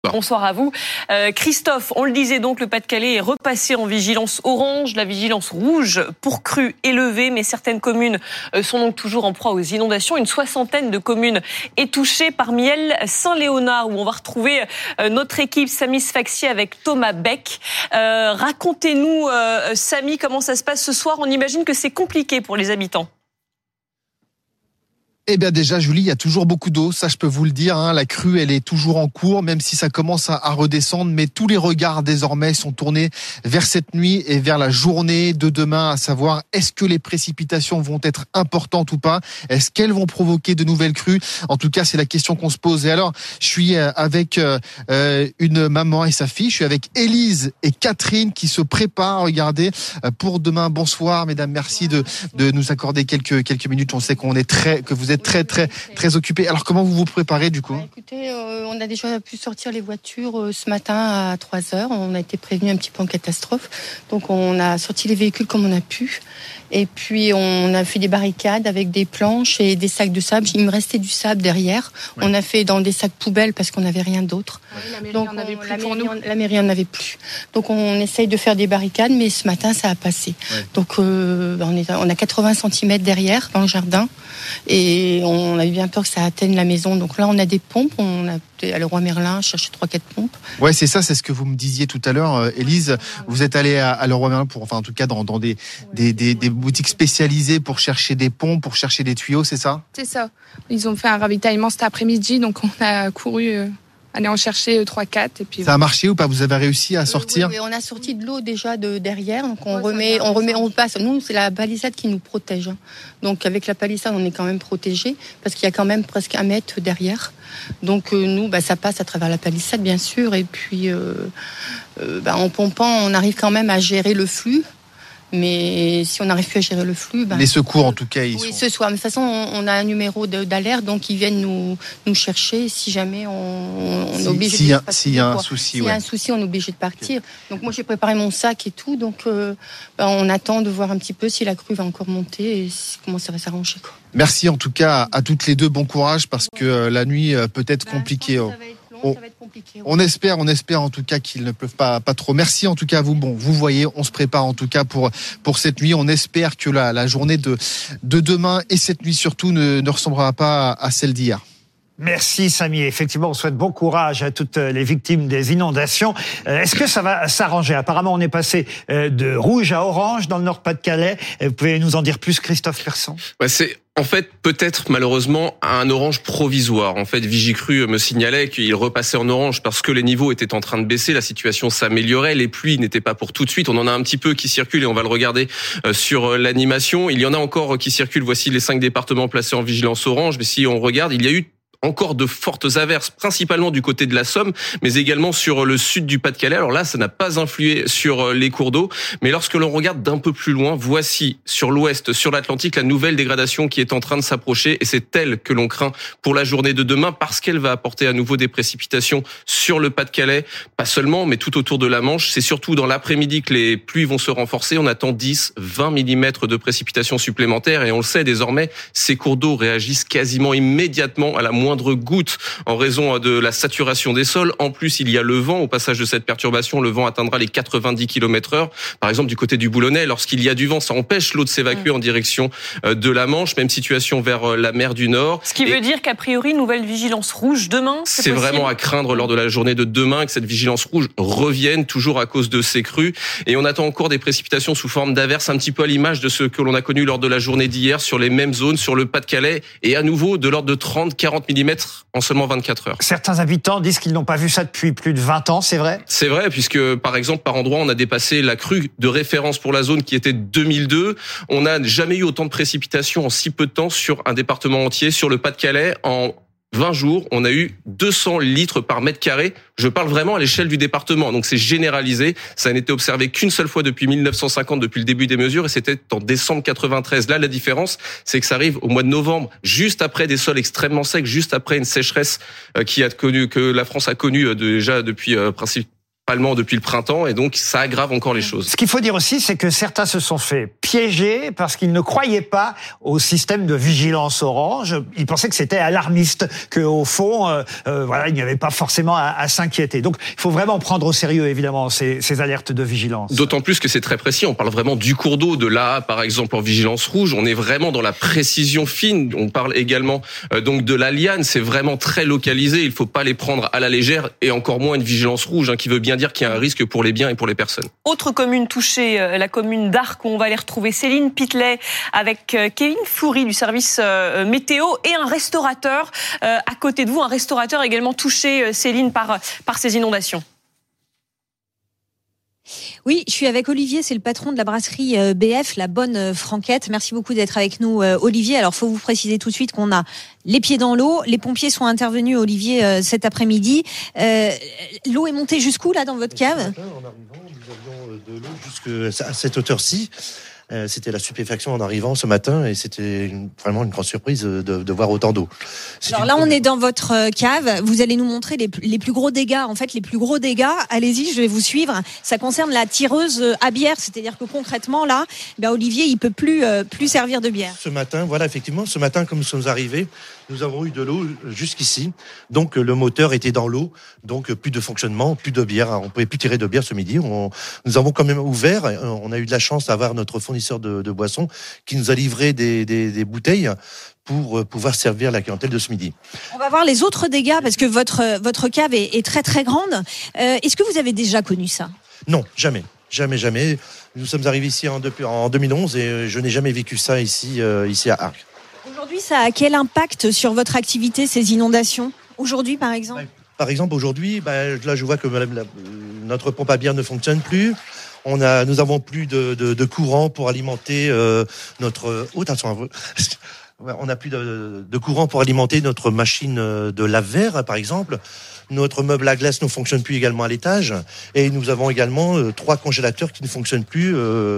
Bonsoir. Bonsoir à vous. Christophe, on le disait donc, le Pas-de-Calais est repassé en vigilance orange. La vigilance rouge pour crues est levée, mais certaines communes sont donc toujours en proie aux inondations. Une soixantaine de communes est touchée, parmi elles Saint-Léonard, où on va retrouver notre équipe Samy Sfaxi avec Thomas Beck. Racontez-nous, Samy, comment ça se passe ce soir. On imagine que c'est compliqué pour les habitants. Eh bien déjà, Julie, il y a toujours beaucoup d'eau, ça je peux vous le dire. La crue, elle est toujours en cours, même si ça commence à redescendre. Mais tous les regards désormais sont tournés vers cette nuit et vers la journée de demain, à savoir est-ce que les précipitations vont être importantes ou pas? Est-ce qu'elles vont provoquer de nouvelles crues? En tout cas, c'est la question qu'on se pose. Et alors, je suis avec une maman et sa fille. Je suis avec Élise et Catherine qui se préparent, regardez, pour demain. Bonsoir, mesdames. Merci de nous accorder quelques minutes. On sait que vous êtes très occupé. Alors comment vous vous préparez du coup? Écoutez, on a déjà pu sortir les voitures ce matin à 3h. On a été prévenu un petit peu en catastrophe. Donc on a sorti les véhicules comme on a pu. Et puis on a fait des barricades avec des planches et des sacs de sable. Il me restait du sable derrière. Ouais. On a fait dans des sacs poubelles parce qu'on n'avait rien d'autre. Ouais, Donc la mairie en avait plus. Donc on essaye de faire des barricades, mais ce matin ça a passé. Ouais. Donc on a 80 cm derrière dans le jardin et on a eu bien peur que ça atteigne la maison. Donc là on a des pompes. On a été à Leroy Merlin chercher 3-4 pompes. Ouais, c'est ça, c'est ce que vous me disiez tout à l'heure, Élise. Vous êtes allée à Leroy Merlin en tout cas dans des boutiques spécialisées pour chercher des pompes, pour chercher des tuyaux, c'est ça? C'est ça. Ils ont fait un ravitaillement cet après-midi, donc on a couru aller en chercher 3-4 et puis. Ça a marché ou pas? Vous avez réussi à sortir? Oui, on a sorti de l'eau déjà de derrière, donc on passe. Nous, c'est la palissade qui nous protège. Donc avec la palissade, on est quand même protégé parce qu'il y a quand même presque 1 mètre derrière. Donc nous, ça passe à travers la palissade, bien sûr, et puis en pompant, on arrive quand même à gérer le flux. Mais si on n'arrive plus à gérer le flux... Les secours, en tout cas, ce soir. Mais de toute façon, on a un numéro d'alerte, donc ils viennent nous chercher si jamais on est obligé de partir. S'il y a un souci, S'il y a un souci, on est obligé de partir. Donc moi, j'ai préparé mon sac et tout, donc on attend de voir un petit peu si la crue va encore monter et comment ça va s'arranger. Merci en tout cas à toutes les deux, bon courage, parce que la nuit peut être compliquée. On espère en tout cas qu'il ne pleuve pas trop. Merci en tout cas à vous. Bon, vous voyez, on se prépare en tout cas pour cette nuit. On espère que la journée de demain et cette nuit surtout ne ressemblera pas à celle d'hier. Merci Samy. Effectivement, on souhaite bon courage à toutes les victimes des inondations. Est-ce que ça va s'arranger? Apparemment, on est passé de rouge à orange dans le Nord-Pas-de-Calais. Vous pouvez nous en dire plus, Christophe Persson? Ouais, c'est en fait peut-être malheureusement un orange provisoire. En fait, Vigicru me signalait qu'il repassait en orange parce que les niveaux étaient en train de baisser, la situation s'améliorait, les pluies n'étaient pas pour tout de suite. On en a un petit peu qui circulent et on va le regarder sur l'animation. Il y en a encore qui circulent. Voici les 5 départements placés en vigilance orange. Mais si on regarde, il y a eu encore de fortes averses, principalement du côté de la Somme, mais également sur le sud du Pas-de-Calais. Alors là, ça n'a pas influé sur les cours d'eau, mais lorsque l'on regarde d'un peu plus loin, voici sur l'ouest, sur l'Atlantique, la nouvelle dégradation qui est en train de s'approcher, et c'est elle que l'on craint pour la journée de demain, parce qu'elle va apporter à nouveau des précipitations sur le Pas-de-Calais, pas seulement, mais tout autour de la Manche. C'est surtout dans l'après-midi que les pluies vont se renforcer. On attend 10-20 mm de précipitations supplémentaires, et on le sait désormais, ces cours d'eau réagissent quasiment immédiatement à la moindre goutte en raison de la saturation des sols. En plus, il y a le vent. Au passage de cette perturbation, le vent atteindra les 90 km/h. Par exemple, du côté du Boulonnais, lorsqu'il y a du vent, ça empêche l'eau de s'évacuer en direction de la Manche. Même situation vers la mer du Nord. Ce qui veut dire qu'a priori, nouvelle vigilance rouge demain, c'est vraiment à craindre lors de la journée de demain que cette vigilance rouge revienne, toujours à cause de ces crues. Et on attend encore des précipitations sous forme d'averses, un petit peu à l'image de ce que l'on a connu lors de la journée d'hier sur les mêmes zones, sur le Pas-de-Calais, et à nouveau de l'ordre de 30-40 mm en seulement 24 heures. Certains habitants disent qu'ils n'ont pas vu ça depuis plus de 20 ans, c'est vrai? C'est vrai, puisque par exemple, par endroit, on a dépassé la crue de référence pour la zone qui était 2002. On n'a jamais eu autant de précipitations en si peu de temps sur un département entier, sur le Pas-de-Calais. En 20 jours, on a eu 200 litres par mètre carré. Je parle vraiment à l'échelle du département, donc c'est généralisé. Ça n'a été observé qu'une seule fois depuis 1950, depuis le début des mesures, et c'était en décembre 93. Là, la différence, c'est que ça arrive au mois de novembre, juste après des sols extrêmement secs, juste après une sécheresse que la France a connue déjà depuis principalement depuis le printemps, et donc ça aggrave encore les choses. Ce qu'il faut dire aussi, c'est que certains se sont fait piégés parce qu'ils ne croyaient pas au système de vigilance orange. Ils pensaient que c'était alarmiste, qu'au fond, il n'y avait pas forcément à s'inquiéter. Donc, il faut vraiment prendre au sérieux, évidemment, ces alertes de vigilance. D'autant plus que c'est très précis. On parle vraiment du cours d'eau, de là, par exemple, en vigilance rouge. On est vraiment dans la précision fine. On parle également donc de la liane. C'est vraiment très localisé. Il faut pas les prendre à la légère et encore moins une vigilance rouge, qui veut bien dire qu'il y a un risque pour les biens et pour les personnes. Autre commune touchée, la commune d'Arc, où on va aller retrouver Céline Pitlet avec Kevin Foury du service météo et un restaurateur à côté de vous, un restaurateur également touché, Céline, par ces inondations. Oui, je suis avec Olivier, c'est le patron de la brasserie BF, la Bonne Franquette. Merci beaucoup d'être avec nous, Olivier. Alors, faut vous préciser tout de suite qu'on a les pieds dans l'eau. Les pompiers sont intervenus, Olivier, cet après-midi. L'eau est montée jusqu'où, là, dans votre cave ? En arrivant, nous avions de l'eau jusqu'à cette hauteur-ci. C'était la stupéfaction en arrivant ce matin et c'était vraiment une grande surprise de voir autant d'eau. Alors là, on est dans votre cave. Vous allez nous montrer les plus gros dégâts. En fait, les plus gros dégâts, allez-y, je vais vous suivre. Ça concerne la tireuse à bière. C'est-à-dire que concrètement, là, Olivier, il peut plus servir de bière. Ce matin, comme nous sommes arrivés, nous avons eu de l'eau jusqu'ici. Donc, le moteur était dans l'eau. Donc, plus de fonctionnement, plus de bière. On pouvait plus tirer de bière ce midi. Nous avons quand même ouvert. On a eu de la chance d'avoir notre fournisseur de boissons qui nous a livré des bouteilles pour pouvoir servir la clientèle de ce midi. On va voir les autres dégâts parce que votre cave est très très grande. Est-ce que vous avez déjà connu ça ? Non, jamais. Jamais. Nous sommes arrivés ici en 2011 et je n'ai jamais vécu ça ici à Arc. Aujourd'hui, ça a quel impact sur votre activité, ces inondations ? Aujourd'hui, par exemple ? Par exemple, aujourd'hui, là, je vois que notre pompe à bière ne fonctionne plus. Nous avons plus de courant pour alimenter notre... Oh, attention, on n'a plus de courant pour alimenter notre machine de lave-verre, par exemple. Notre meuble à glace ne fonctionne plus également à l'étage. Et nous avons également 3 congélateurs qui ne fonctionnent plus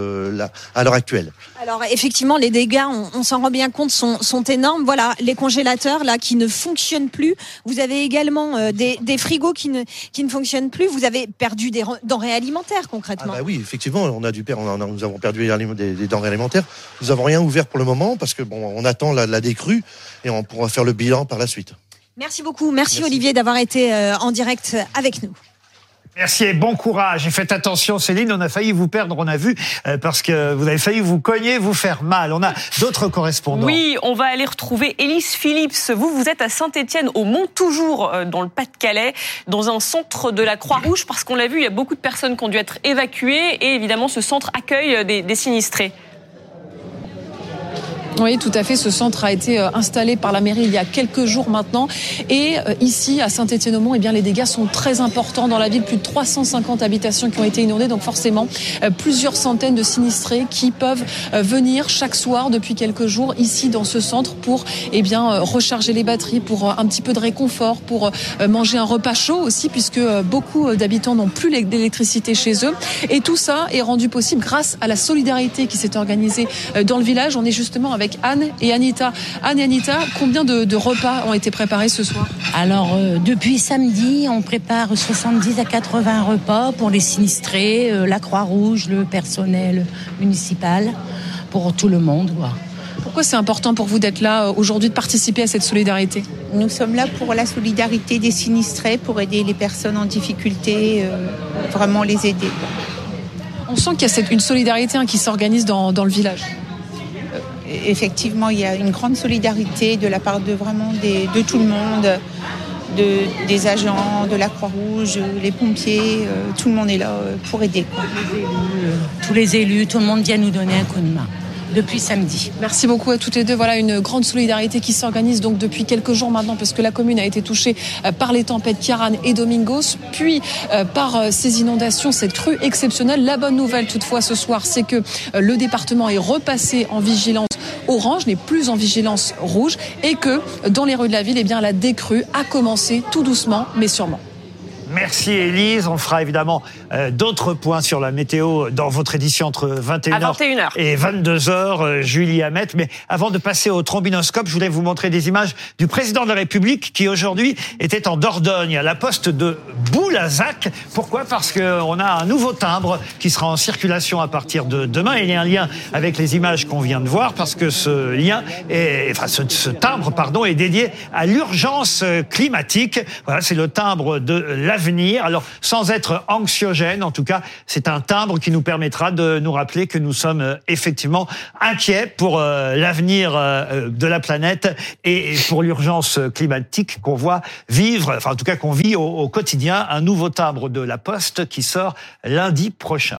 à l'heure actuelle. Alors effectivement, les dégâts, on s'en rend bien compte, sont énormes. Voilà, les congélateurs là qui ne fonctionnent plus. Vous avez également des frigos qui ne fonctionnent plus. Vous avez perdu des denrées alimentaires concrètement. Oui, effectivement, nous avons perdu des denrées alimentaires. Nous n'avons rien ouvert pour le moment parce que on attend la décrue et on pourra faire le bilan par la suite. Merci beaucoup. Merci Olivier d'avoir été en direct avec nous. Merci et bon courage. Et faites attention, Céline, on a failli vous perdre, on a vu, parce que vous avez failli vous cogner, vous faire mal. On a d'autres correspondants. Oui, on va aller retrouver Élise Phillips. Vous êtes à Saint-Étienne, au Mont-Toujours, dans le Pas-de-Calais, dans un centre de la Croix-Rouge, parce qu'on l'a vu, il y a beaucoup de personnes qui ont dû être évacuées, et évidemment, ce centre accueille des sinistrés. Oui, tout à fait. Ce centre a été installé par la mairie il y a quelques jours maintenant. Et ici, à Saint-Étienne-au-Mont, les dégâts sont très importants dans la ville. Plus de 350 habitations qui ont été inondées. Donc forcément, plusieurs centaines de sinistrés qui peuvent venir chaque soir depuis quelques jours ici dans ce centre pour recharger les batteries, pour un petit peu de réconfort, pour manger un repas chaud aussi, puisque beaucoup d'habitants n'ont plus d'électricité chez eux. Et tout ça est rendu possible grâce à la solidarité qui s'est organisée dans le village. On est justement avec Anne et Anita. Anne et Anita, combien de repas ont été préparés ce soir ? Alors, depuis samedi, on prépare 70 à 80 repas pour les sinistrés, la Croix-Rouge, le personnel municipal, pour tout le monde. Pourquoi c'est important pour vous d'être là aujourd'hui, de participer à cette solidarité ? Nous sommes là pour la solidarité des sinistrés, pour aider les personnes en difficulté, vraiment les aider. On sent qu'il y a une solidarité qui s'organise dans le village. Effectivement, il y a une grande solidarité de la part de tout le monde, des agents, de la Croix-Rouge, les pompiers, tout le monde est là pour aider. Tous les élus, tout le monde vient nous donner un coup de main. Depuis samedi. Merci beaucoup à toutes les deux. Voilà une grande solidarité qui s'organise donc depuis quelques jours maintenant, parce que la commune a été touchée par les tempêtes Ciarán et Domingos, puis par ces inondations, cette crue exceptionnelle. La bonne nouvelle toutefois ce soir, c'est que le département est repassé en vigilance orange, n'est plus en vigilance rouge, et que dans les rues de la ville, la décrue a commencé tout doucement mais sûrement. Merci Élise. On fera évidemment d'autres points sur la météo dans votre édition entre 21h et 22h, Julie Hamet. Mais avant de passer au trombinoscope, je voulais vous montrer des images du président de la République qui aujourd'hui était en Dordogne, à la poste de Boulazac. Pourquoi ? Parce qu'on a un nouveau timbre qui sera en circulation à partir de demain. Il y a un lien avec les images qu'on vient de voir parce que ce timbre est dédié à l'urgence climatique. Voilà, c'est le timbre de l'avenir. Alors, sans être anxiogène, en tout cas, c'est un timbre qui nous permettra de nous rappeler que nous sommes effectivement inquiets pour l'avenir de la planète et pour l'urgence climatique qu'on voit vivre, enfin en tout cas qu'on vit au quotidien. Un nouveau timbre de la Poste qui sort lundi prochain.